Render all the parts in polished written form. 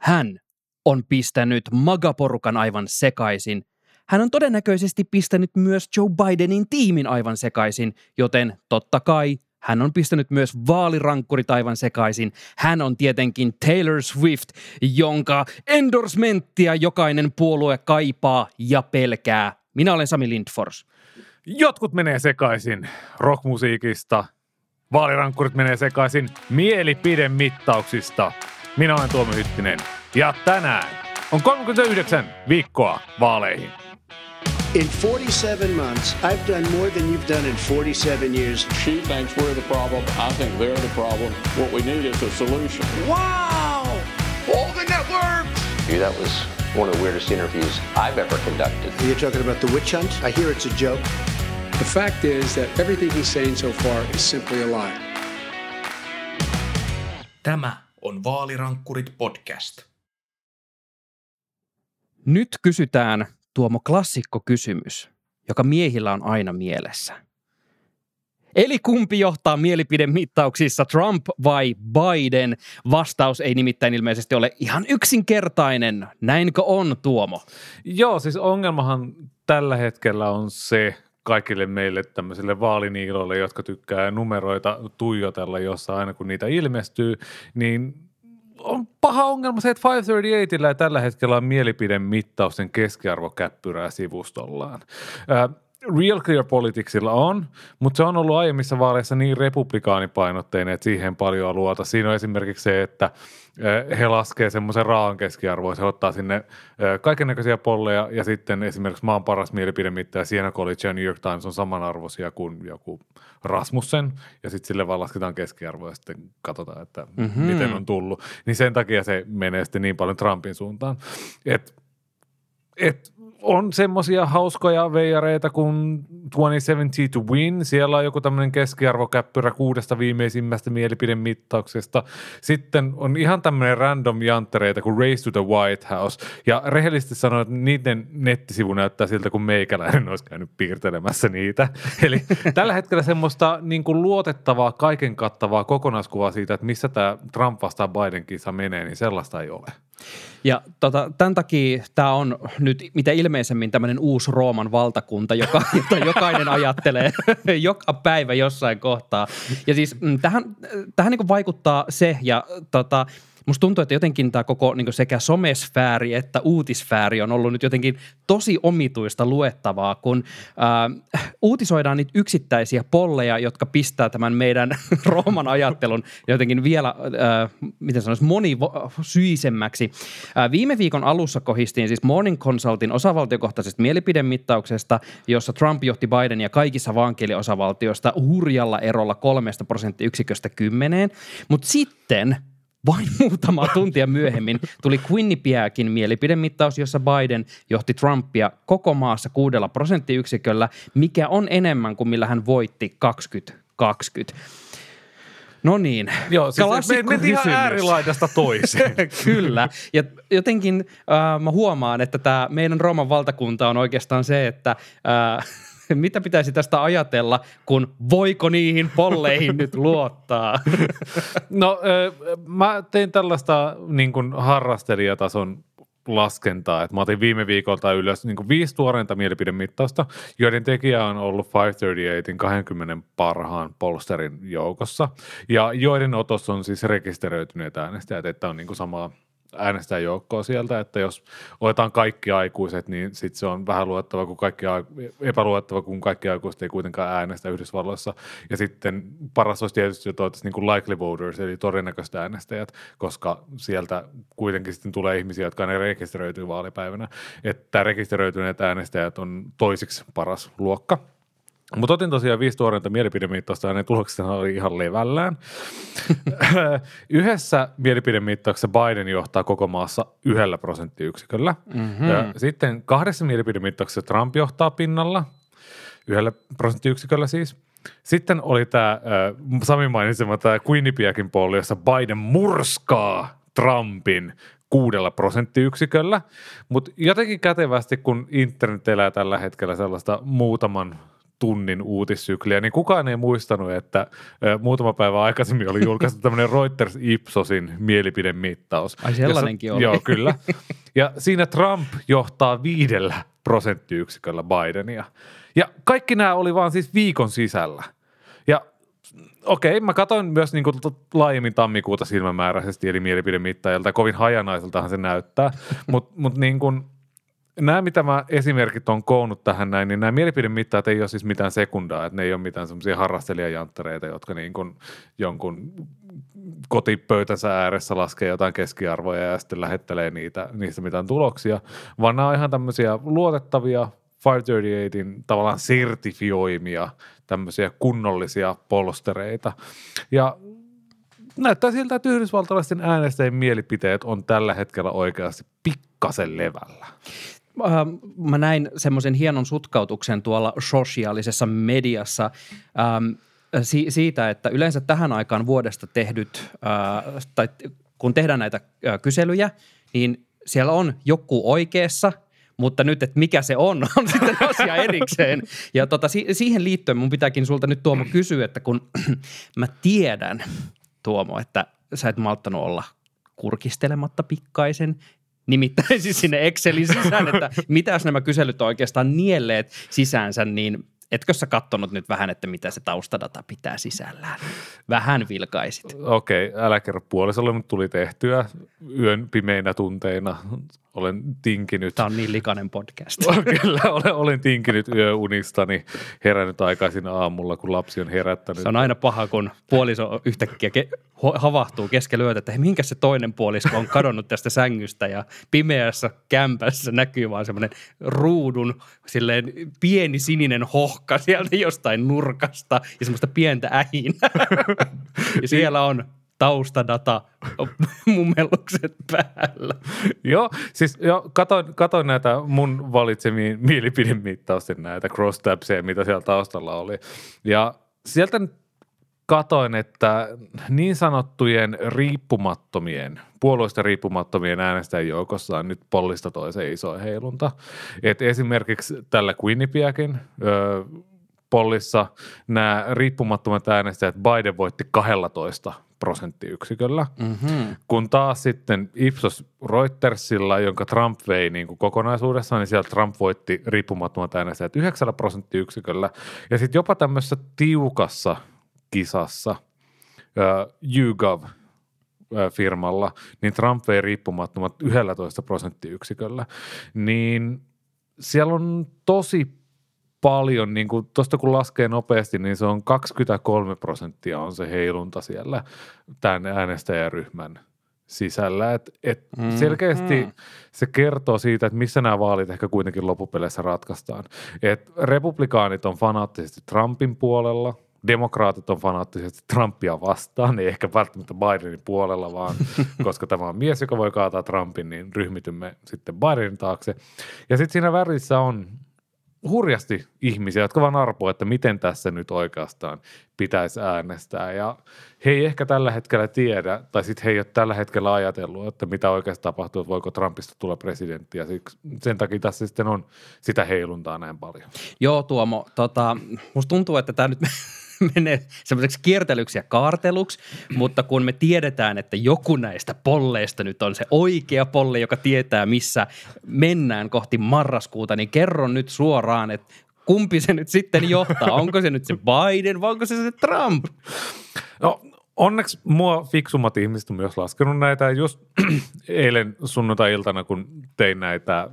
Hän on pistänyt MAGA-porukan aivan sekaisin. Hän on todennäköisesti pistänyt myös Joe Bidenin tiimin aivan sekaisin, joten totta kai hän on pistänyt myös vaalirankkurit aivan sekaisin. Hän on tietenkin Taylor Swift, jonka endorsementtia jokainen puolue kaipaa ja pelkää. Minä olen Sami Lindfors. Jotkut menee sekaisin rockmusiikista, vaalirankkurit menee sekaisin mielipidemittauksista. Minä olen Tuomo Hyttinen ja tänään on 39 viikkoa vaaleihin. In 47 months, I've done more than you've done in 47 years. She thinks we're the problem. I think they're the problem. What we need is a solution. Wow! All the networks! That was one of the weirdest interviews I've ever conducted. You're talking about the witch hunt? I hear it's a joke. The fact is that everything he's saying so far is simply a lie. Tämä on Vaalirankkurit podcast. Nyt kysytään Tuomo klassikkokysymys, joka miehillä on aina mielessä. Eli kumpi johtaa mielipidemittauksissa, Trump vai Biden? Vastaus ei nimittäin ilmeisesti ole ihan yksinkertainen. Näinkö on, Tuomo? Joo, siis ongelmahan tällä hetkellä on se kaikille meille tämmöisille vaaliniiloille, jotka tykkää numeroita tuijotella, jossa aina kun niitä ilmestyy, niin on paha ongelma se, että 538 tällä hetkellä on mielipidemittausten keskiarvokäppyrää sivustollaan. Real Clear Politicsilla on, mutta se on ollut aiemmissa vaaleissa niin republikaanipainotteinen, että siihen paljon luota. Siinä on esimerkiksi se, että he laskee semmoisen raan keskiarvoa, se ottaa sinne kaikennäköisiä polleja ja sitten esimerkiksi maan paras mielipidemittaja Siena College ja New York Times on samanarvoisia kuin joku Rasmussen ja sitten sille vaan lasketaan keskiarvoa ja sitten katsotaan, että miten on tullut. Niin sen takia se menee sitten niin paljon Trumpin suuntaan, että on semmoisia hauskoja veijareita kuin 2070 to win. Siellä on joku tämmöinen keskiarvokäppyrä 6 viimeisimmästä mielipidemittauksesta. Sitten on ihan tämmöinen random janttereita kuin Race to the White House. Ja rehellisesti sanoen, että niiden nettisivu näyttää siltä, kun meikäläinen olisi käynyt piirtelemässä niitä. Eli tällä hetkellä semmoista niin kuin luotettavaa, kaiken kattavaa kokonaiskuvaa siitä, että missä tämä Trump vastaan Biden-kisa menee, niin sellaista ei ole. Ja tämän takia tämä on nyt mitä ilmeisemmin tämmöinen uusi Rooman valtakunta, jota jokainen ajattelee joka päivä jossain kohtaa. Ja siis tähän niin kuin vaikuttaa se ja musta tuntuu, että jotenkin tämä koko niin sekä somesfääri että uutisfääri on ollut nyt jotenkin tosi omituista luettavaa, kun uutisoidaan niitä yksittäisiä polleja, jotka pistää tämän meidän Rooman ajattelun jotenkin vielä, miten sanoisi, monisyisemmäksi. Viime viikon alussa kohistiin siis Morning Consultin osavaltiokohtaisesta mielipidemittauksesta, jossa Trump johti Bidenia kaikissa vaankieliosavaltioista hurjalla erolla 3% 10, mutta sitten vain muutama tuntia myöhemmin tuli Quinnipiacin mielipidemittaus, jossa Biden johti Trumpia koko maassa 6%, mikä on enemmän kuin millä hän voitti 2020. No niin, joo, siis mentiin ihan äärilaidasta toiseen. Kyllä, ja jotenkin mä huomaan, että tämä meidän Rooman valtakunta on oikeastaan se, että mitä pitäisi tästä ajatella, kun voiko niihin polleihin nyt luottaa? No mä tein tällaista niin kuin harrastelijatason laskentaa, että mä otin viime viikolta ylös niin kuin 5 tuoreinta mielipidemittausta, joiden tekijä on ollut 538 20 parhaan polsterin joukossa, ja joiden otos on siis rekisteröityneet äänestäjät, että on niin kuin samaa äänestäjäjoukkoa sieltä, että jos otetaan kaikki aikuiset, niin sitten se on vähän luettava kuin epäluettava, kun kaikki aikuiset ei kuitenkaan äänestä Yhdysvalloissa. Ja sitten paras olisi tietysti, että otettaisiin niin kuin likely voters, eli todennäköiset äänestäjät, koska sieltä kuitenkin sitten tulee ihmisiä, jotka ne rekisteröityy vaalipäivänä. Että rekisteröityneet äänestäjät on toisiksi paras luokka. Mutta otin tosiaan 5 tuoreinta mielipidemittausta ja ne tulokset oli ihan levällään. Yhdessä mielipidemittauksessa Biden johtaa koko maassa 1%. Ja sitten 2 mielipidemittauksessa Trump johtaa pinnalla 1% siis. Sitten oli tämä Sami mainitsema tämä Quinnipiacin polli, jossa Biden murskaa Trumpin 6%, mutta jotenkin kätevästi, kun internet elää tällä hetkellä sellaista muutaman tunnin uutissykliä, niin kukaan ei muistanut, että muutama päivä aikaisemmin oli julkaistu tämmöinen Reuters Ipsosin mielipidemittaus. Ai sellainenkin oli. Joo, kyllä. Ja siinä Trump johtaa 5 prosenttiyksiköllä Bidenia. Ja kaikki nämä oli vaan siis viikon sisällä. Ja okei, mä katsoin myös niin kuin laajemmin tammikuuta silmämääräisesti, eli mielipidemittajalta, ja kovin hajanaiseltahan se näyttää, mutta niin kuin nämä, mitä mä esimerkit on koonnut tähän näin, niin nämä mielipidemittajat ei ole siis mitään sekundaa, että ne ei ole mitään semmoisia harrastelijajanttereita, jotka niin kuin jonkun kotipöytänsä ääressä laskee jotain keskiarvoja ja sitten lähettelee niistä mitään tuloksia, vaan nämä on ihan tämmöisiä luotettavia 538 tavallaan sertifioimia tämmöisiä kunnollisia polstereita. Ja näyttää siltä, että yhdysvaltalaisten äänestäjien mielipiteet on tällä hetkellä oikeasti pikkasen levällä. Mä näin semmoisen hienon sutkautuksen tuolla sosiaalisessa mediassa siitä, että yleensä tähän aikaan vuodesta tehdyt, tai kun tehdään näitä kyselyjä, niin siellä on joku oikeassa, mutta nyt, että mikä se on sitten asia erikseen. Ja siihen liittyen mun pitääkin sulta nyt Tuomo kysyä, että kun mä tiedän, Tuomo, että sä et malttanut olla kurkistelematta pikkaisen, nimittäin siis sinne Excelin sisään, että mitä jos nämä kyselyt on oikeastaan nielleet sisäänsä, niin etkö sä katsonut nyt vähän, että mitä se taustadata pitää sisällään? Vähän vilkaisit. Okei, älä kerro puolisolle, mutta tuli tehtyä yön pimeinä tunteina. Olen tinkinyt. Tämä on niin likainen podcast. Kyllä, olen tinkinyt yöunistani, herännyt aikaisin aamulla, kun lapsi on herättänyt. Se on aina paha, kun puoliso yhtäkkiä havahtuu keskellä yötä, että minkä se toinen puolisko on kadonnut tästä sängystä ja pimeässä kämpässä näkyy vaan semmoinen ruudun silleen pieni sininen hohka sieltä jostain nurkasta ja semmoista pientä ähinää. Ja siellä on taustadata, mummellukset päällä. Joo, siis katoin näitä mun valitsemiin mielipidemittausten näitä crosstabseja, mitä siellä taustalla oli. Ja sieltä katoin, että niin sanottujen puolueista riippumattomien äänestäjien joukossa on nyt pollista toiseen iso heilunta. Et esimerkiksi tällä Quinnipiacin pollissa nämä riippumattomat äänestäjät Biden voitti 12 prosenttiyksiköllä, kun taas sitten Ipsos Reutersilla, jonka Trump vei niin kuin kokonaisuudessaan, niin siellä Trump voitti riippumattomat äänestäjät 9 prosenttiyksiköllä. Ja sitten jopa tämmöisessä tiukassa kisassa YouGov-firmalla, niin Trump vei riippumattomat 11 prosenttiyksiköllä. Niin siellä on tosi paljon, niin kuin tuosta kun laskee nopeasti, niin se on 23% on se heilunta siellä tämän äänestäjäryhmän sisällä. Selkeästi se kertoo siitä, että missä nämä vaalit ehkä kuitenkin loppupeleissä ratkaistaan. Et republikaanit on fanaattisesti Trumpin puolella, demokraatit on fanaattisesti Trumpia vastaan, ei ehkä välttämättä Bidenin puolella, vaan koska tämä on mies, joka voi kaataa Trumpin, niin ryhmitymme sitten Bidenin taakse. Ja sitten siinä välissä on hurjasti ihmisiä, jotka vaan arpoo, että miten tässä nyt oikeastaan pitäisi äänestää. Ja he ei ehkä tällä hetkellä tiedä, tai sitten he ei ole tällä hetkellä ajatellut, että mitä oikeasti tapahtuu, että voiko Trumpista tulla presidentti. Ja sen takia tässä sitten on sitä heiluntaa näin paljon. Joo, Tuomo. Musta tuntuu, että tämä nyt menee semmoiseksi kiertelyksi ja kaarteluksi, mutta kun me tiedetään, että joku näistä polleista nyt on se oikea polle, joka tietää, missä mennään kohti marraskuuta, niin kerron nyt suoraan, että kumpi se nyt sitten johtaa? Onko se nyt se Biden vai onko se Trump? No, onneksi mua fiksummat ihmiset on myös laskenut näitä. Just eilen sunnuntai-iltana, kun tein näitä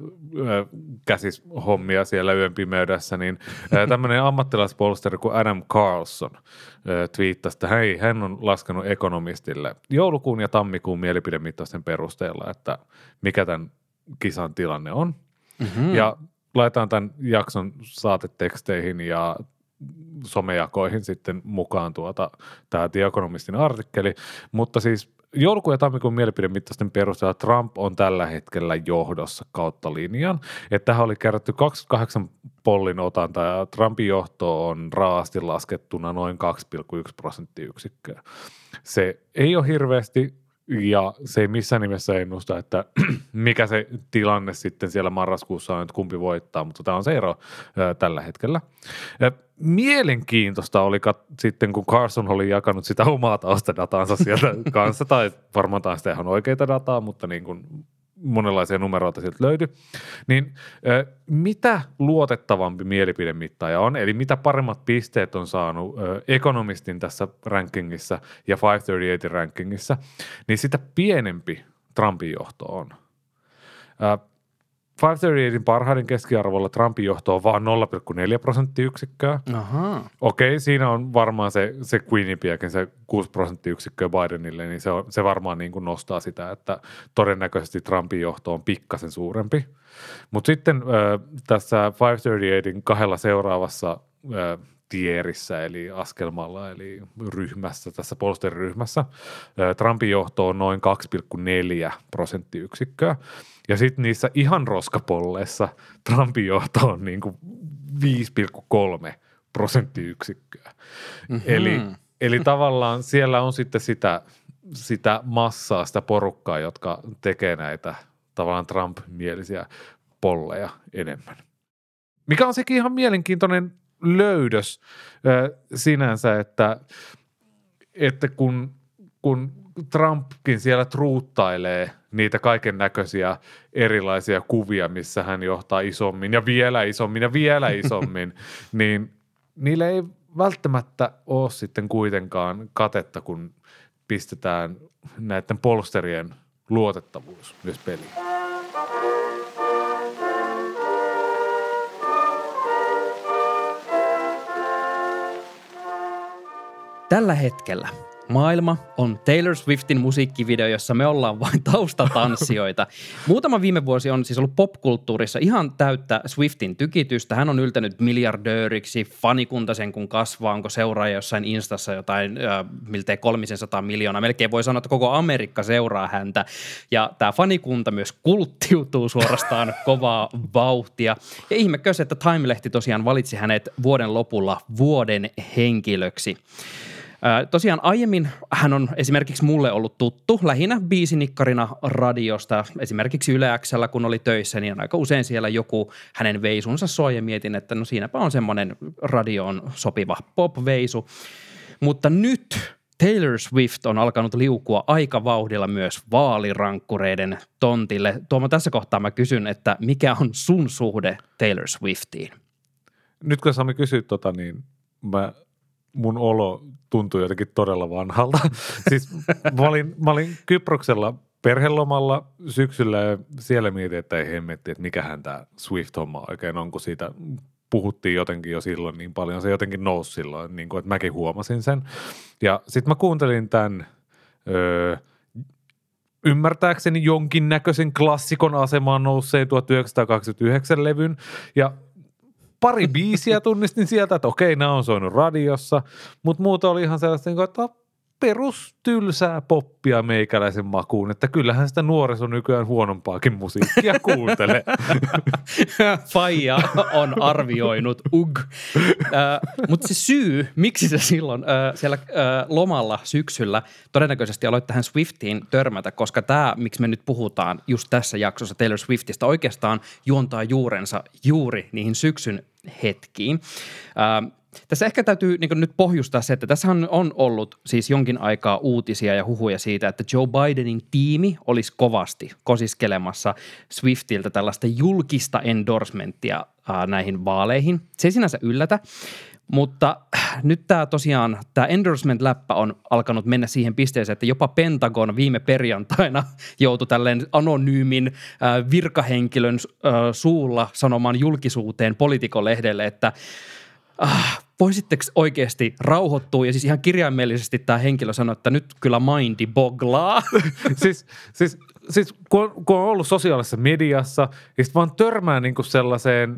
käsishommia siellä yön pimeydessä, niin tämmöinen ammattilaispolsteri kuin Adam Carlson twiittasi, että hei, hän on laskenut Economistille joulukuun ja tammikuun mielipidemittausten perusteella, että mikä tämän kisan tilanne on. Mm-hmm. Ja laitetaan tämän jakson saateteksteihin ja somejakoihin sitten mukaan tämä The Economistin artikkeli, mutta siis joulukuun ja tammikuun mielipidemittausten perusteella Trump on tällä hetkellä johdossa kautta linjan, että tähän oli kerätty 28 pollin otanta ja Trumpin johto on raasti laskettuna noin 2,1 prosenttiyksikköä. Se ei ole hirveästi, Ja se ei missään nimessä ennusta, että mikä se tilanne sitten siellä marraskuussa on, että kumpi voittaa, mutta tämä on se ero tällä hetkellä. Mielenkiintoista oli sitten, kun Carson oli jakanut sitä omaa taustadataansa sieltä kanssa, tai varmaan taas sitä ihan oikeita dataa, mutta niin kuin monenlaisia numeroita sieltä löytyi, niin mitä luotettavampi mielipidemittaaja on, eli mitä paremmat pisteet on saanut Economistin tässä rankingissa ja 538 rankingissa, niin sitä pienempi Trumpin johto on. 538 parhaiden keskiarvolla Trumpin johto on vaan 0,4 prosenttiyksikköä. Ahaa. Okei, siinä on varmaan se Quinnipiakin, se 6 prosenttiyksikköä Bidenille, niin se varmaan niin kuin nostaa sitä, että todennäköisesti Trumpin johto on pikkasen suurempi. Mutta sitten tässä 538 kahdella seuraavassa tierissä, eli askelmalla, eli ryhmässä, tässä polsteriryhmässä, Trumpin johto on noin 2,4 prosenttiyksikköä. Ja sitten niissä ihan roskapolleissa Trumpin johto on niin kuin 5,3 prosenttiyksikköä. Mm-hmm. Eli tavallaan siellä on sitten sitä massaa, sitä porukkaa, jotka tekee näitä tavallaan Trump-mielisiä polleja enemmän. Mikä on sekin ihan mielenkiintoinen löydös sinänsä, että kun Trumpkin siellä truuttailee niitä kaiken näköisiä erilaisia kuvia, missä hän johtaa isommin ja vielä isommin ja vielä isommin, niin niillä ei välttämättä ole sitten kuitenkaan katetta, kun pistetään näiden polsterien luotettavuus myös peliin. Tällä hetkellä maailma on Taylor Swiftin musiikkivideo, jossa me ollaan vain taustatanssijoita. Muutama viime vuosi on siis ollut popkulttuurissa ihan täyttä Swiftin tykitystä. Hän on yltänyt miljardööriksi, fanikunta sen kun kasvaa, onko seuraaja jossain Instassa jotain miltei 300 miljoonaa. Melkein voi sanoa, että koko Amerikka seuraa häntä. Ja tämä fanikunta myös kulttiutuu suorastaan kovaa vauhtia. Ja ihmekös, että Time-lehti tosiaan valitsi hänet vuoden lopulla vuoden henkilöksi. Tosiaan aiemmin hän on esimerkiksi mulle ollut tuttu lähinnä biisinikkarina radiosta. Esimerkiksi Yle X:llä, kun oli töissä, niin aika usein siellä joku hänen veisunsa soi ja mietin, että no siinäpä on semmoinen radioon sopiva pop-veisu. Mutta nyt Taylor Swift on alkanut liukua aika vauhdilla myös vaalirankkureiden tontille. Tuomo, tässä kohtaa mä kysyn, että mikä on sun suhde Taylor Swiftiin? Nyt kun Sami kysyt niin mun olo tuntui jotenkin todella vanhalta. Siis mä olin Kyproksella perhelomalla syksyllä ja siellä mietin, että ei hemmetti, että mikähän tämä Swift-homma oikein on, kun siitä puhuttiin jotenkin jo silloin niin paljon. Se jotenkin nousi silloin, niin kuin, että mäkin huomasin sen. Ja sitten mä kuuntelin tämän ymmärtääkseni jonkinnäköisen klassikon asemaan nousseen 1929 levyn ja pari biisiä tunnistin sieltä, että okei, nämä on soinut radiossa, mutta muuta oli ihan sellaista, että perustylsää poppia meikäläisen makuun, että kyllähän sitä nuoriso nykyään huonompaakin musiikkia kuuntelee. Faija on arvioinut, mutta se syy, miksi se silloin siellä lomalla syksyllä todennäköisesti aloitti tähän Swiftiin törmätä, koska tämä, miksi me nyt puhutaan just tässä jaksossa Taylor Swiftistä, oikeastaan juontaa juurensa juuri niihin syksyn hetkiin. Tässä ehkä täytyy niin nyt pohjustaa se, että tässähän on ollut siis jonkin aikaa uutisia ja huhuja siitä, että Joe Bidenin tiimi olisi kovasti kosiskelemassa Swiftiltä tällaista julkista endorsementtia näihin vaaleihin. Se ei sinänsä yllätä, mutta nyt tämä endorsement-läppä on alkanut mennä siihen pisteeseen, että jopa Pentagon viime perjantaina joutui tälleen anonyymin virkahenkilön suulla sanomaan julkisuuteen Politico-lehdelle, että voisitteko oikeasti rauhoittua? Ja siis ihan kirjaimellisesti tämä henkilö sanoi, että nyt kyllä mindi boglaa. siis kun on ollut sosiaalisessa mediassa, ja sitten vaan törmää niinku sellaiseen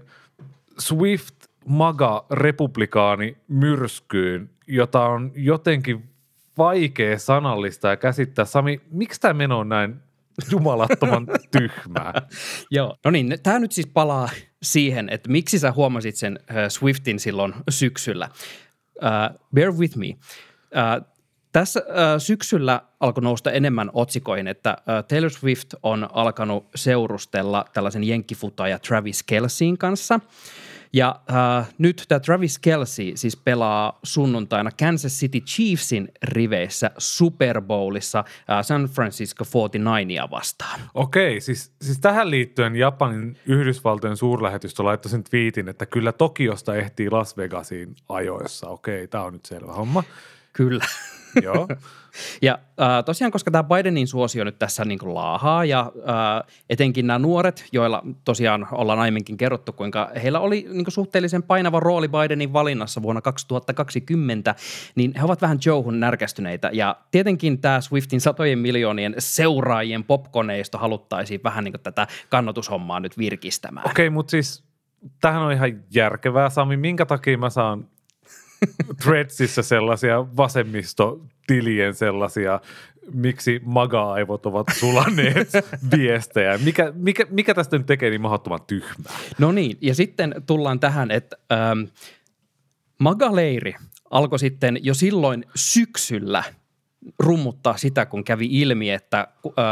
Swift-maga-republikaani-myrskyyn, jota on jotenkin vaikea sanallista ja käsittää. Sami, miksi tämä meno on näin jumalattoman tyhmää? Joo, no niin, tämä nyt siis palaa siihen, että miksi sä huomasit sen Swiftin silloin syksyllä. Bear with me. Tässä syksyllä alkoi nousta enemmän otsikoihin, että Taylor Swift on alkanut seurustella tällaisen jenkkifutaaja Travis Kelceyn kanssa. Ja nyt tämä Travis Kelce siis pelaa sunnuntaina Kansas City Chiefsin riveissä Super Bowlissa San Francisco 49ia vastaan. Okei, siis tähän liittyen Japanin Yhdysvaltojen suurlähetystö laittoi sen twiitin, että kyllä Tokiosta ehtii Las Vegasiin ajoissa. Okei, tämä on nyt selvä homma. Kyllä. Joo. Ja tosiaan, koska tämä Bidenin suosio nyt tässä niin kuin laahaa ja etenkin nämä nuoret, joilla tosiaan ollaan aiemminkin kerrottu, kuinka heillä oli niin kuin suhteellisen painava rooli Bidenin valinnassa vuonna 2020, niin he ovat vähän Joehun närkästyneitä. Ja tietenkin tämä Swiftin satojen miljoonien seuraajien popkoneisto haluttaisiin vähän niin kuin tätä kannatushommaa nyt virkistämään. Okei, mutta siis tämähän on ihan järkevää, Sami. Minkä takia mä saan Threadsissa sellaisia vasemmistotilien sellaisia, miksi maga-aivot ovat sulaneet viestejä. Mikä tästä nyt tekee niin mahdottoman tyhmää? No niin, ja sitten tullaan tähän, että maga-leiri alkoi sitten jo silloin syksyllä rummuttaa sitä, kun kävi ilmi, että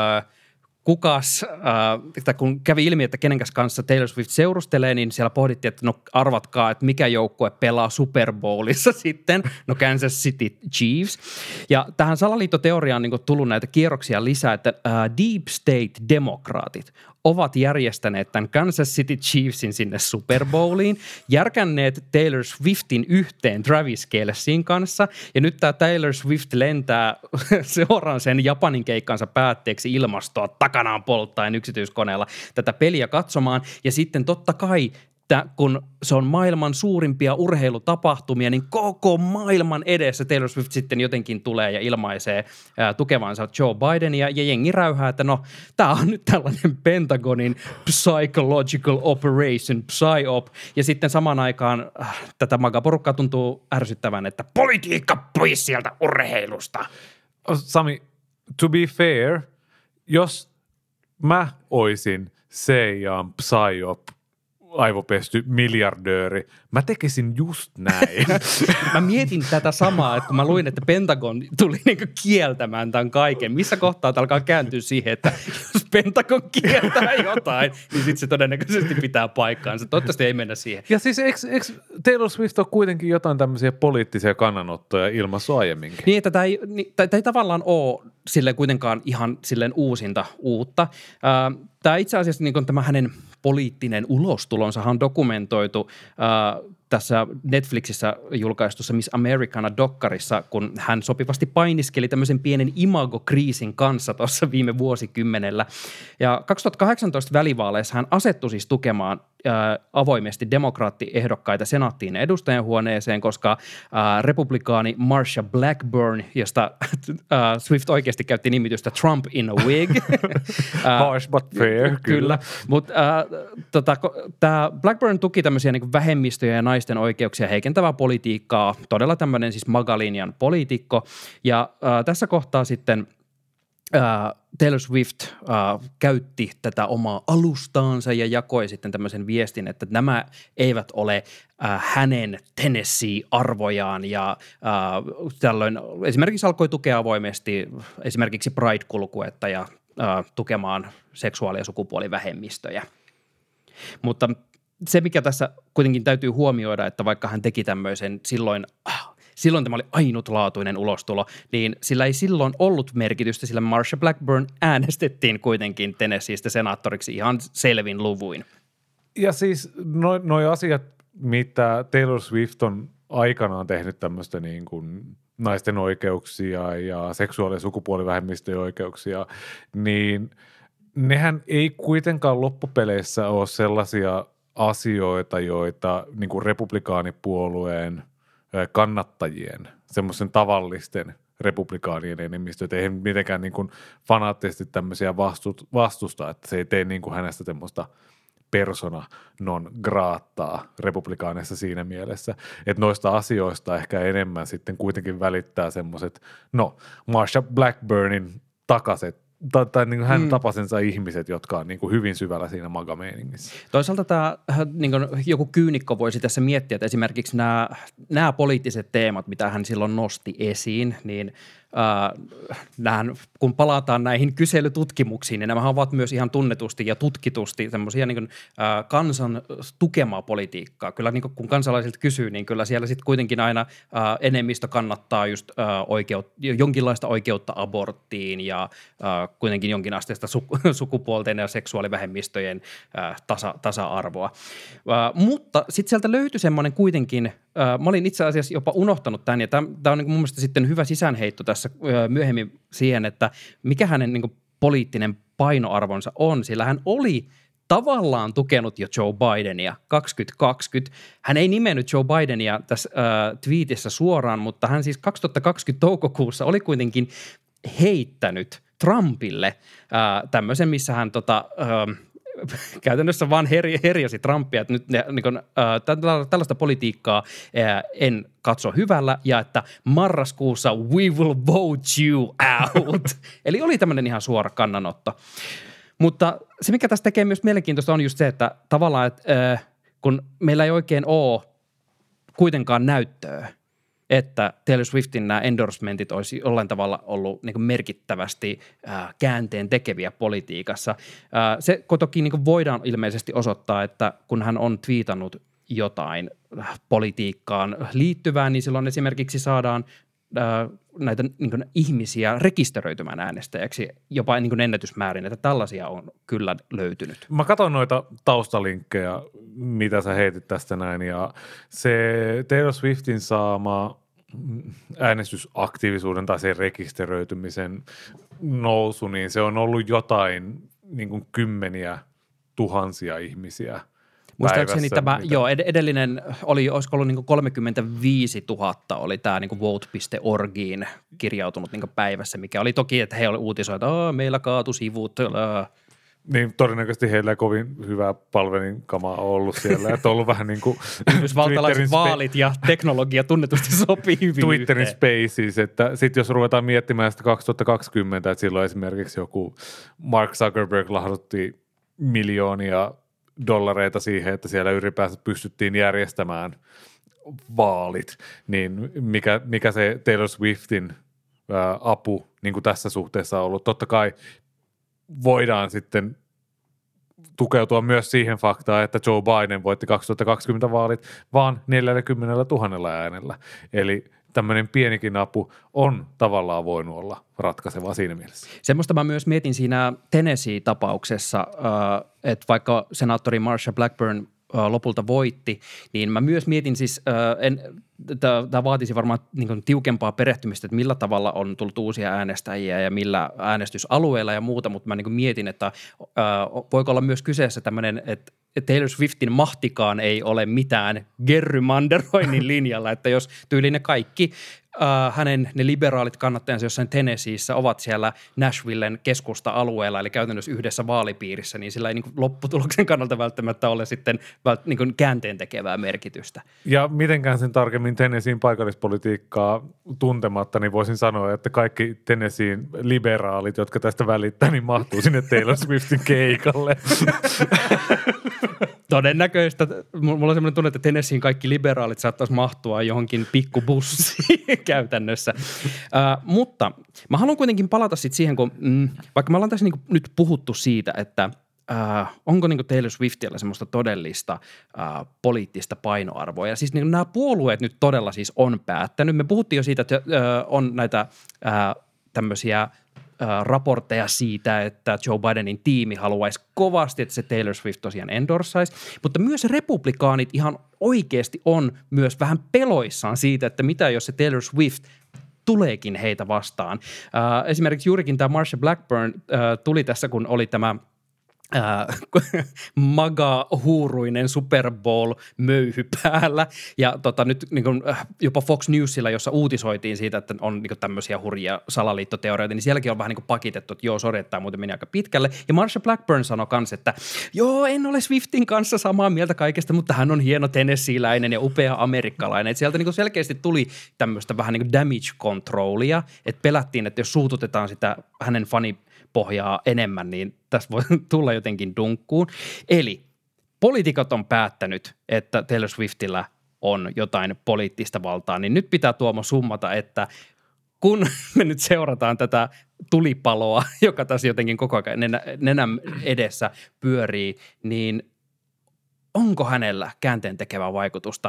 kun kävi ilmi, että kenenkäs kanssa Taylor Swift seurustelee, niin siellä pohdittiin, että no arvatkaa, että mikä joukkue pelaa Super Bowlissa sitten, no Kansas City Chiefs. Ja tähän salaliittoteoriaan on niin kuin tullut näitä kierroksia lisää, että Deep State-demokraatit ovat järjestäneet tämän Kansas City Chiefsin sinne Super Bowliin, järkänneet Taylor Swiftin yhteen Travis Kelceyn kanssa, ja nyt tämä Taylor Swift lentää seuraan sen Japanin keikkansa päätteeksi ilmastoa takanaan polttaen yksityiskoneella tätä peliä katsomaan, ja sitten totta kai kun se on maailman suurimpia urheilutapahtumia, niin koko maailman edessä Taylor Swift sitten jotenkin tulee ja ilmaisee tukevansa Joe Bidenia ja jengi räyhää, että no tämä on nyt tällainen Pentagonin psychological operation, psyop, ja sitten samaan aikaan tätä magaporukkaa tuntuu ärsyttävän, että politiikka pois sieltä urheilusta. Sami, to be fair, jos mä oisin CIAn psyop aivopesty miljardööri. Mä tekisin just näin. Mä mietin tätä samaa, että kun mä luin, että Pentagon tuli niinku kieltämään tämän kaiken. Missä kohtaa alkaa kääntyä siihen, että jos Pentagon kieltää jotain, niin sitten se todennäköisesti pitää paikkaansa. Toivottavasti ei mennä siihen. Ja siis eikö Taylor Swift ole kuitenkin jotain tämmöisiä poliittisia kannanottoja ilmassa aiemminkin? Niin, että tämä ei tavallaan ole silleen kuitenkaan ihan silleen uutta. Tämä itse asiassa niin tämä hänen poliittinen ulostulonsahan on dokumentoitu tässä Netflixissä julkaistussa Miss Americana-dokkarissa, kun hän sopivasti painiskeli tämmöisen pienen imagokriisin kanssa tuossa viime vuosikymmenellä. Ja 2018 välivaaleissa hän asettui siis tukemaan avoimesti demokraattiehdokkaita senaattiin edustajanhuoneeseen, koska republikaani Marsha Blackburn, josta Swift oikeasti käytti nimitystä Trump in a wig. Harsh but fair. Kyllä. Mutta tämä Blackburn tuki tämmöisiä niin kuin vähemmistöjä ja naisten oikeuksia heikentävää politiikkaa, todella tämmöinen siis magalinjan poliitikko. Ja tässä kohtaa sitten Taylor Swift käytti tätä omaa alustaansa ja jakoi sitten tämmöisen viestin, että nämä eivät ole hänen Tennessee-arvojaan ja tällöin esimerkiksi alkoi tukea avoimesti esimerkiksi Pride-kulkuetta ja tukemaan seksuaali- ja sukupuolivähemmistöjä. Mutta se, mikä tässä kuitenkin täytyy huomioida, että vaikka hän teki tämmöisen silloin tämä oli ainutlaatuinen ulostulo, niin sillä ei silloin ollut merkitystä, sillä Marsha Blackburn äänestettiin kuitenkin Tennesseestä senaattoriksi ihan selvin luvuin. Ja siis noi asiat, mitä Taylor Swift on aikanaan tehnyt tämmöistä niin kuin naisten oikeuksia ja seksuaali- ja sukupuolivähemmistöjen oikeuksia, niin nehän ei kuitenkaan loppupeleissä ole sellaisia asioita, joita niin kuin republikaanipuolueen kannattajien, semmoisen tavallisten republikaanien enemmistöt, ei mitenkään niin kuin fanaattisesti tämmöisiä vastusta, että se ei tee niin kuin hänestä semmoista persona non grataa republikaaneissa siinä mielessä, että noista asioista ehkä enemmän sitten kuitenkin välittää semmoiset, Marsha Blackburnin takaiset, tai niin kuin hän tapasensa ihmiset, jotka on niin kuin hyvin syvällä siinä maga-meiningissä. Toisaalta tämä, niin kuin joku kyynikko voisi tässä miettiä, että esimerkiksi nämä poliittiset teemat, mitä hän silloin nosti esiin, niin kun palataan näihin kyselytutkimuksiin, niin nämä ovat myös ihan tunnetusti ja tutkitusti semmoisia niin kansan tukemaa politiikkaa. Kyllä niin kun kansalaisilta kysyy, niin kyllä siellä sitten kuitenkin aina enemmistö kannattaa just jonkinlaista oikeutta aborttiin ja kuitenkin jonkinasteista sukupuolten ja seksuaalivähemmistöjen tasa-arvoa. Mutta sitten sieltä löytyi semmoinen kuitenkin, mä olin itse asiassa jopa unohtanut tämän, ja tämä on niin mun mielestä sitten hyvä sisäänheitto tässä myöhemmin siihen, että mikä hänen niin poliittinen painoarvonsa on, sillä hän oli tavallaan tukenut jo Joe Bidenia 2020. Hän ei nimennyt Joe Bidenia tässä twiitissä suoraan, mutta hän siis 2020 toukokuussa oli kuitenkin heittänyt Trumpille tämmöisen, missä hän käytännössä vaan herjasi Trumpia, että nyt tällaista politiikkaa en katso hyvällä ja että marraskuussa we will vote you out. Eli oli tämmöinen ihan suora kannanotto. Mutta se, mikä tässä tekee myös mielenkiintoista, on just se, että tavallaan, että kun meillä ei oikein ole kuitenkaan näyttöä, että Taylor Swiftin nämä endorsementit olisi jollain tavalla ollut niin kuin merkittävästi käänteen tekeviä politiikassa. Se toki niin kuin voidaan ilmeisesti osoittaa, että kun hän on twiitannut jotain politiikkaan liittyvää, niin silloin esimerkiksi saadaan näitä niin kuin ihmisiä rekisteröitymään äänestäjäksi jopa niin kuin ennätysmäärin, että tällaisia on kyllä löytynyt. Mä katson noita taustalinkkejä, mitä sä heitit tästä näin, ja se Taylor Swiftin saama äänestysaktiivisuuden tai sen rekisteröitymisen nousu, niin se on ollut jotain niin kuin kymmeniä tuhansia ihmisiä. Muistaakseni tämä, edellinen oli, olisiko ollut niin 35 000 oli tämä niin vote.orgiin kirjautunut niin päivässä, mikä oli toki, että he oli uutisoitu, että meillä kaatu sivut. Niin todennäköisesti heillä ei kovin hyvää palvelinkamaa ollut siellä, että on ollut vähän niin kuin yhdysvaltalaiset vaalit ja teknologia tunnetusti sopii hyvin Twitterin Spaces, että sitten jos ruvetaan miettimään sitä 2020, että silloin esimerkiksi joku Mark Zuckerberg lahdutti miljoonia dollareita siihen, että siellä ylipäänsä pystyttiin järjestämään vaalit, niin mikä se Taylor Swiftin apu niin kuin tässä suhteessa on ollut. Totta kai voidaan sitten tukeutua myös siihen faktaan, että Joe Biden voitti 2020 vaalit vaan 40 000 äänellä. Eli tämmöinen pienikin apu on tavallaan voinut olla ratkaiseva siinä mielessä. Semmoista mä myös mietin siinä Tennessee-tapauksessa, että vaikka senaattori Marsha Blackburn lopulta voitti, niin mä myös mietin siis, tämä vaatisi varmaan niin kuin tiukempaa perehtymistä, että millä tavalla on tullut uusia äänestäjiä ja millä äänestysalueilla ja muuta, mutta mä niin kuin mietin, että voiko olla myös kyseessä tämmöinen, että Taylor Swiftin mahtikaan ei ole mitään gerrymanderoinnin linjalla, että jos tyyliin ne kaikki hänen ne liberaalit kannattajansa jossain Tennesseeissä ovat siellä Nashvillen keskusta-alueella, eli käytännössä yhdessä vaalipiirissä, niin sillä ei niin kuin lopputuloksen kannalta välttämättä ole sitten niin kuin käänteen tekevää merkitystä. Ja mitenkään sen tarkemmin Tennesseein paikallispolitiikkaa tuntematta, niin voisin sanoa, että kaikki Tennesseein liberaalit, jotka tästä välittää, niin mahtuu sinne Taylor Swiftin keikalle. Todennäköistä. Mulla on sellainen tunne, että Tennesseein kaikki liberaalit saattaisi mahtua johonkin pikkubussiin käytännössä. Mutta mä haluan kuitenkin palata sitten siihen, kun vaikka me ollaan tässä niinku nyt puhuttu siitä, että onko niinku Taylor Swiftillä semmoista todellista poliittista painoarvoa. Ja siis niinku nämä puolueet nyt todella siis on päättänyt. Me puhuttiin jo siitä, että on näitä tämmöisiä raportteja siitä, että Joe Bidenin tiimi haluaisi kovasti, että se Taylor Swift tosiaan endorsaisi, mutta myös republikaanit ihan oikeasti on myös vähän peloissaan siitä, että mitä jos se Taylor Swift tuleekin heitä vastaan. Esimerkiksi juurikin tämä Marsha Blackburn tuli tässä, kun oli tämä maga-huuruinen Super Bowl-möyhy päällä. Ja nyt niin kuin, jopa Fox Newsilla, jossa uutisoitiin siitä, että on niin kuin, tämmöisiä hurjia salaliittoteorioita, niin sielläkin on vähän niin kuin pakitettu, että joo, sori, että tämä muuten meni aika pitkälle. Ja Marsha Blackburn sanoi kanssa, että joo, en ole Swiftin kanssa samaa mieltä kaikesta, mutta hän on hieno tennesseeläinen ja upea amerikkalainen. Et sieltä niin kuin selkeästi tuli tämmöistä vähän niin kuin damage controlia, että pelättiin, että jos suututetaan sitä hänen fanipohjaa enemmän, niin tässä voi tulla jotenkin dunkkuun. Eli poliitikot on päättänyt, että Taylor Swiftillä on jotain poliittista valtaa, niin nyt pitää Tuomo summata, että kun me nyt seurataan tätä tulipaloa, joka tässä jotenkin koko ajan nenän edessä pyörii, niin onko hänellä käänteen tekevää vaikutusta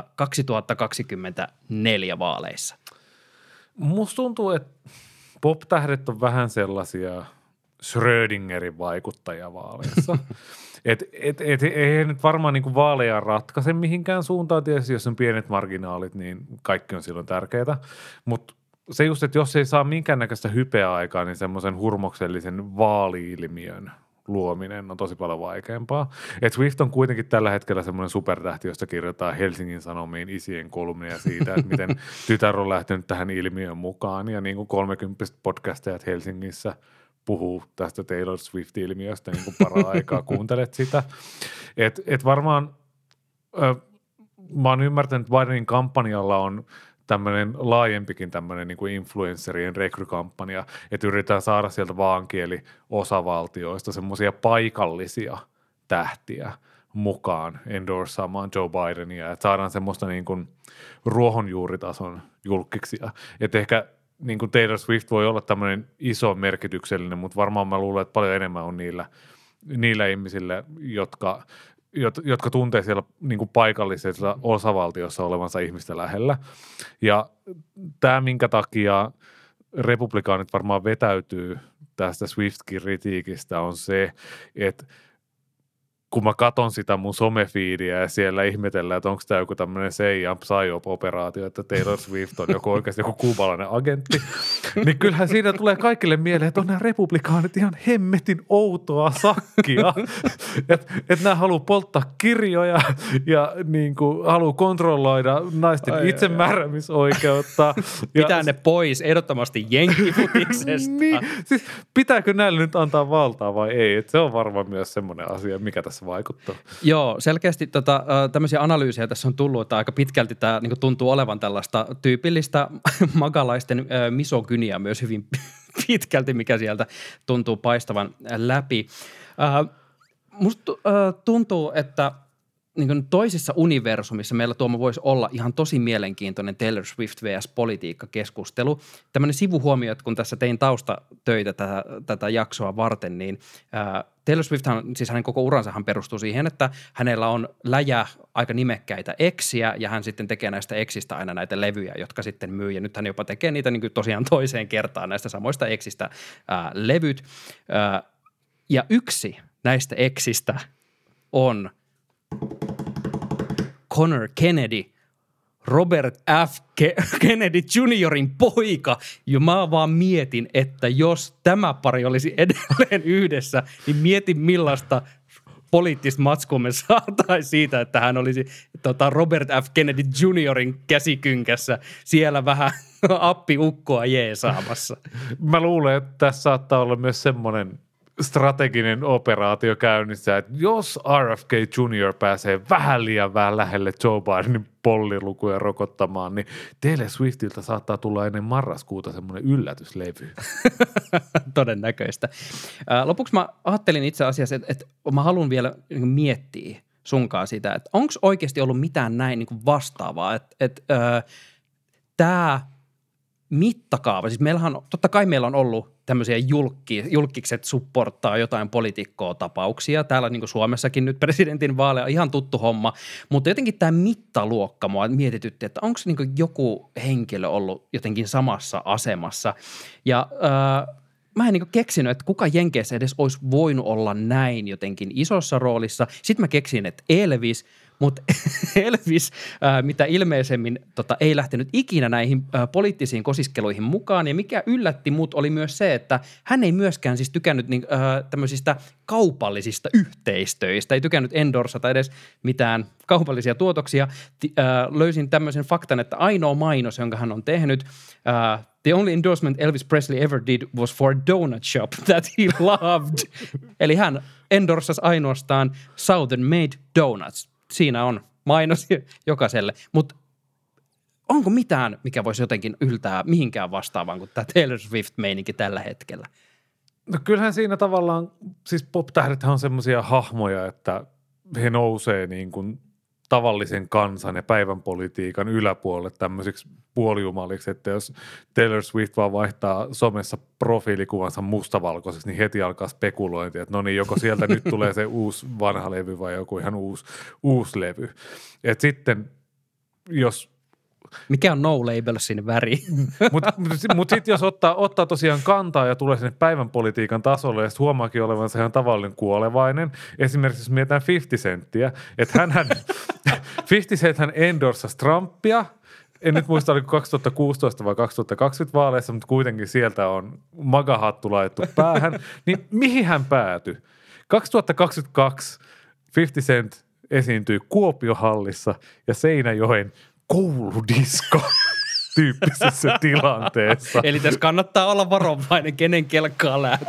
2024 vaaleissa? Musta tuntuu, että pop-tähdet on vähän sellaisia Schrödingerin vaikuttajia vaaleissa. Ei nyt varmaan niin kuin vaaleja ratkaise mihinkään suuntaan. Tietysti jos on pienet marginaalit, niin kaikki on silloin tärkeää. Mutta se just, että jos ei saa minkäännäköistä hypeä aikaa, niin semmoisen hurmoksellisen vaali-ilmiön luominen on tosi paljon vaikeampaa. Et Swift on kuitenkin tällä hetkellä semmoinen supertähti, josta kirjoittaa Helsingin Sanomiin isien kolumnia siitä, että miten tytär on lähtenyt tähän ilmiön mukaan. Ja niin kuin 30 podcastajat Helsingissä puhuu tästä Taylor Swift-ilmiöstä niin kuin para-aikaa, kuuntelet sitä. Et varmaan mä oon ymmärtänyt, että Bidenin kampanjalla on tämmöinen laajempikin tämmöinen niin kuin influencerien rekrykampanja, että yritetään saada sieltä vaankieliosavaltioista semmoisia paikallisia tähtiä mukaan endorsaamaan Joe Bidenia, että saadaan semmoista niin kuin ruohonjuuritason julkkiksia. Että ehkä niin kuin Taylor Swift voi olla tämmöinen iso merkityksellinen, mutta varmaan mä luulen, että paljon enemmän on niillä ihmisillä, jotka tuntee siellä niin kuin paikallisessa osavaltiossa olevansa ihmistä lähellä. Ja tämä, minkä takia republikaanit varmaan vetäytyy tästä Swift-kritiikistä, on se, että kun mä katon sitä mun somefiidiä ja siellä ihmetellään, että onko tämä joku tämmöinen CIA psyop-operaatio, että Taylor Swift on oikeasti joku kuubalainen agentti, niin kyllähän siinä tulee kaikille mieleen, että on nämä republikaanit ihan hemmetin outoa sakkia. Että nämä haluaa polttaa kirjoja ja niin kuin haluaa kontrolloida naisten itsemääräämisoikeutta. Pitää ne pois ehdottomasti jenkkifutiksesta. Niin, siis pitääkö näille nyt antaa valtaa vai ei? Et se on varmaan myös semmoinen asia, mikä tässä vaikuttaa. Joo, selkeästi tämmöisiä analyysejä tässä on tullut, että aika pitkälti tämä niin kuin tuntuu olevan tällaista tyypillistä magalaisten misogyniaa myös hyvin pitkälti, mikä sieltä tuntuu paistavan läpi. Musta tuntuu, että niin kuin toisissa universumissa meillä Tuomo voisi olla ihan tosi mielenkiintoinen Taylor Swift vs. politiikkakeskustelu. Tämmöinen sivuhuomio, että kun tässä tein taustatöitä tätä jaksoa varten, niin Taylor Swifthan, siis hänen koko uransahan perustuu siihen, että hänellä on läjä aika nimekkäitä eksiä ja hän sitten tekee näistä eksistä aina näitä levyjä, jotka sitten myy. Ja nyt hän jopa tekee niitä niin kuin tosiaan toiseen kertaan näistä samoista eksistä levyt. Ja yksi näistä eksistä on Connor Kennedy, Robert F. Kennedy Juniorin poika. Ja mä vaan mietin, että jos tämä pari olisi edelleen yhdessä, niin mietin millaista poliittista matskua me saataisiin siitä, että hän olisi Robert F. Kennedy Juniorin käsikynkässä siellä vähän appiukkoa jeesaamassa. Mä luulen, että tässä saattaa olla myös semmoinen strateginen operaatio käynnissä, että jos RFK Jr. pääsee vähän liian vähän lähelle Joe Bidenin pollilukuja rokottamaan, niin Taylor Swiftiltä saattaa tulla ennen marraskuuta semmoinen yllätyslevy. Todennäköistä. Lopuksi mä ajattelin itse asiassa, että mä haluan vielä miettiä sunkaan sitä, että onko oikeasti ollut mitään näin niin kuin vastaavaa, että tämä mittakaava, siis meillähän, totta kai meillä on ollut tämmöisiä julkikset supporttaa jotain poliitikkoa-tapauksia. Täällä niin kuin Suomessakin nyt presidentin vaaleja ihan tuttu homma, mutta jotenkin tämä mittaluokka mua mietitytti, että onko niin kuin joku henkilö ollut jotenkin samassa asemassa. Ja mä en niin kuin keksinyt, että kuka Jenkeissä edes olisi voinut olla näin jotenkin isossa roolissa. Sitten mä keksin, että Elvis, mutta Elvis, mitä ilmeisemmin ei lähtenyt ikinä näihin poliittisiin kosiskeluihin mukaan. Ja mikä yllätti mut oli myös se, että hän ei myöskään siis tykännyt tämmöisistä kaupallisista yhteistöistä. Ei tykännyt endorsata edes mitään kaupallisia tuotoksia. Löysin tämmöisen faktan, että ainoa mainos, jonka hän on tehnyt, the only endorsement Elvis Presley ever did was for a donut shop that he loved. Eli hän endorsasi ainoastaan Southern Made Donuts. Siinä on mainos jokaiselle, mutta onko mitään, mikä voisi jotenkin yltää mihinkään vastaavaan kuin tämä Taylor Swift-meininki tällä hetkellä? No kyllähän siinä tavallaan, siis pop-tähdethän on semmoisia hahmoja, että he nousee niin kuin tavallisen kansan ja päivän politiikan yläpuolelle tämmöisiksi puolijumaliksi, että jos Taylor Swift vaan vaihtaa somessa profiilikuvansa mustavalkoiseksi, niin heti alkaa spekulointi, että no niin, joko sieltä nyt tulee se uusi vanha levy vai joku ihan uusi levy. Et sitten jos mikä on No Labelsin väri? Mutta sitten jos ottaa tosiaan kantaa ja tulee sinne päivän politiikan tasolle ja sitten huomaakin olevansa ihan tavallinen kuolevainen. Esimerkiksi jos mietitään 50 Centtiä, että 50 Cent hän endorsasi Trumpia. En nyt muista, oliko 2016 vai 2020 vaaleissa, mutta kuitenkin sieltä on MAGA-hattu laittu päähän. Niin mihin hän päätyi? 2022 50 Cent esiintyi Kuopiohallissa ja Seinäjoen kouludisko tyyppisessä tilanteessa. Eli tässä kannattaa olla varovainen, kenen kelkkaa lähtee.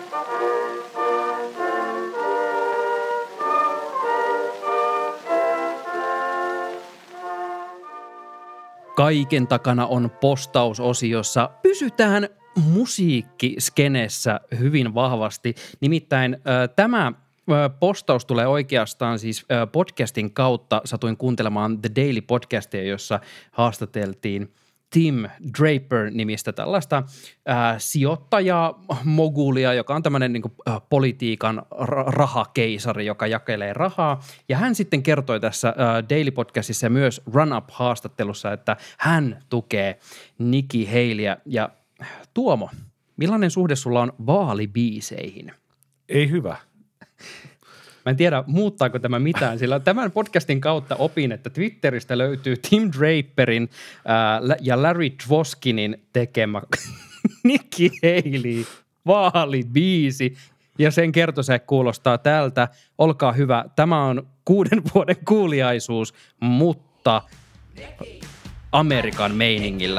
Kaiken takana on postausosiossa. Pysytään musiikkiskenessä hyvin vahvasti. Nimittäin tämä postaus tulee oikeastaan siis podcastin kautta. Satuin kuuntelemaan The Daily podcastia, jossa haastateltiin Tim Draper-nimistä tällaista sijoittajamogulia, joka on tämmöinen niin kuin, politiikan rahakeisari, joka jakelee rahaa. Ja hän sitten kertoi tässä Daily Podcastissa ja myös Run Up-haastattelussa, että hän tukee Nikki Haleyä. Ja Tuomo, millainen suhde sulla on vaalibiiseihin? Ei hyvä. Mä en tiedä, muuttaako tämä mitään, sillä tämän podcastin kautta opin, että Twitteristä löytyy Tim Draperin ja Larry Dwoskinin tekemä Nikki Haley vaalibiisi. Ja sen kertose kuulostaa tältä. Olkaa hyvä, tämä on 6 vuoden kuuliaisuus, mutta Amerikan meiningillä.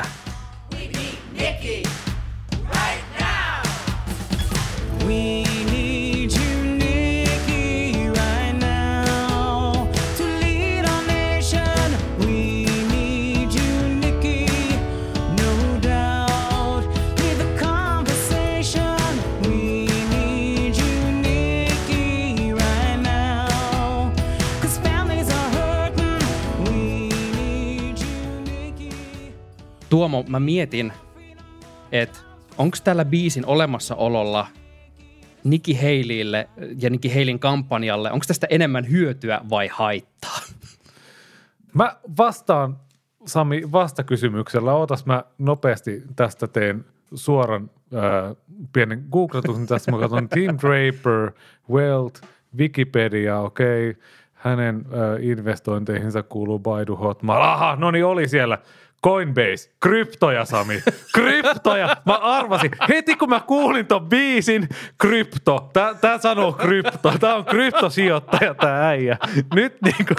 Tuomo, mä mietin, että onko tällä biisin olemassaololla Nikki Haleylle ja Nikki Haleyn kampanjalle, onko tästä enemmän hyötyä vai haittaa? Mä vastaan, Sami, vastakysymyksellä. Ootas, mä nopeasti tästä teen suoran pienen googletuksen. Tässä mä katson Tim Draper, Wealth, Wikipedia, okei. Hänen investointeihinsa kuuluu Baidu, Hotmail. Aha, no niin, oli siellä. Coinbase, kryptoja, Sami, kryptoja. Mä arvasin, heti kun mä kuulin ton biisin, krypto. Tää sanoo krypto. Tää on kryptosijoittaja tää äijä. Nyt niinku.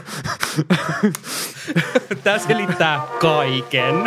Tää selittää kaiken.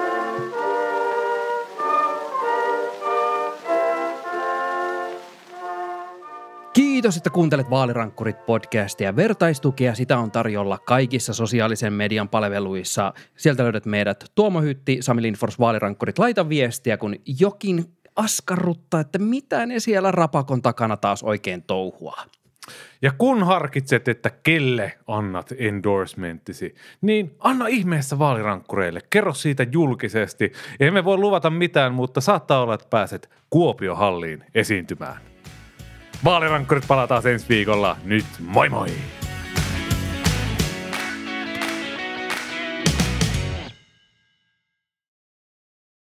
Kiitos, että kuuntelet Vaalirankkurit-podcastia. Vertaistukea sitä on tarjolla kaikissa sosiaalisen median palveluissa. Sieltä löydät meidät Tuomo Hytti, Sami Lindfors, Vaalirankkurit. Laita viestiä, kun jokin askarruttaa, että mitä ne siellä rapakon takana taas oikein touhuaa. Ja kun harkitset, että kelle annat endorsementtisi, niin anna ihmeessä vaalirankkureille. Kerro siitä julkisesti. Emme voi luvata mitään, mutta saattaa olla, että pääset Kuopiohalliin esiintymään. Vaalirankkurit palataan ensi viikolla. Nyt moi moi!